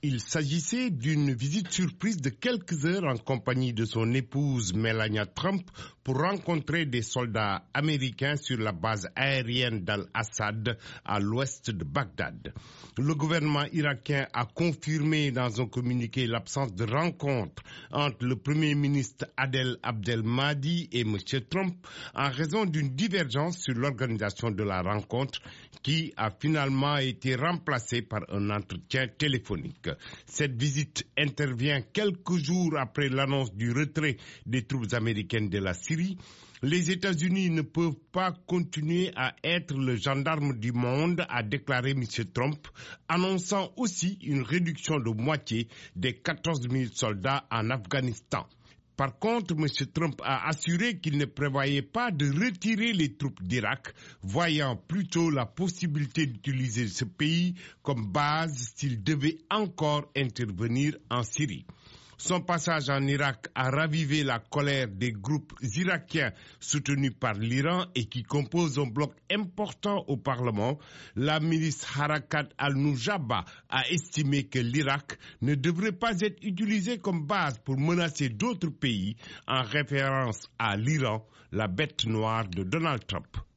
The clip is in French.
Il s'agissait d'une visite surprise de quelques heures en compagnie de son épouse Melania Trump pour rencontrer des soldats américains sur la base aérienne d'Al-Assad à l'ouest de Bagdad. Le gouvernement irakien a confirmé dans un communiqué l'absence de rencontre entre le Premier ministre Adel Abdelmahdi et M. Trump en raison d'une divergence sur l'organisation de la rencontre qui a finalement été remplacée par un entretien téléphonique. Cette visite intervient quelques jours après l'annonce du retrait des troupes américaines de la Syrie. Les États-Unis ne peuvent pas continuer à être le gendarme du monde, a déclaré M. Trump, annonçant aussi une réduction de moitié des 14 000 soldats en Afghanistan. Par contre, M. Trump a assuré qu'il ne prévoyait pas de retirer les troupes d'Irak, voyant plutôt la possibilité d'utiliser ce pays comme base s'il devait encore intervenir en Syrie. Son passage en Irak a ravivé la colère des groupes irakiens soutenus par l'Iran et qui composent un bloc important au Parlement. La milice Harakat al-Nujaba a estimé que l'Irak ne devrait pas être utilisé comme base pour menacer d'autres pays en référence à l'Iran, la bête noire de Donald Trump.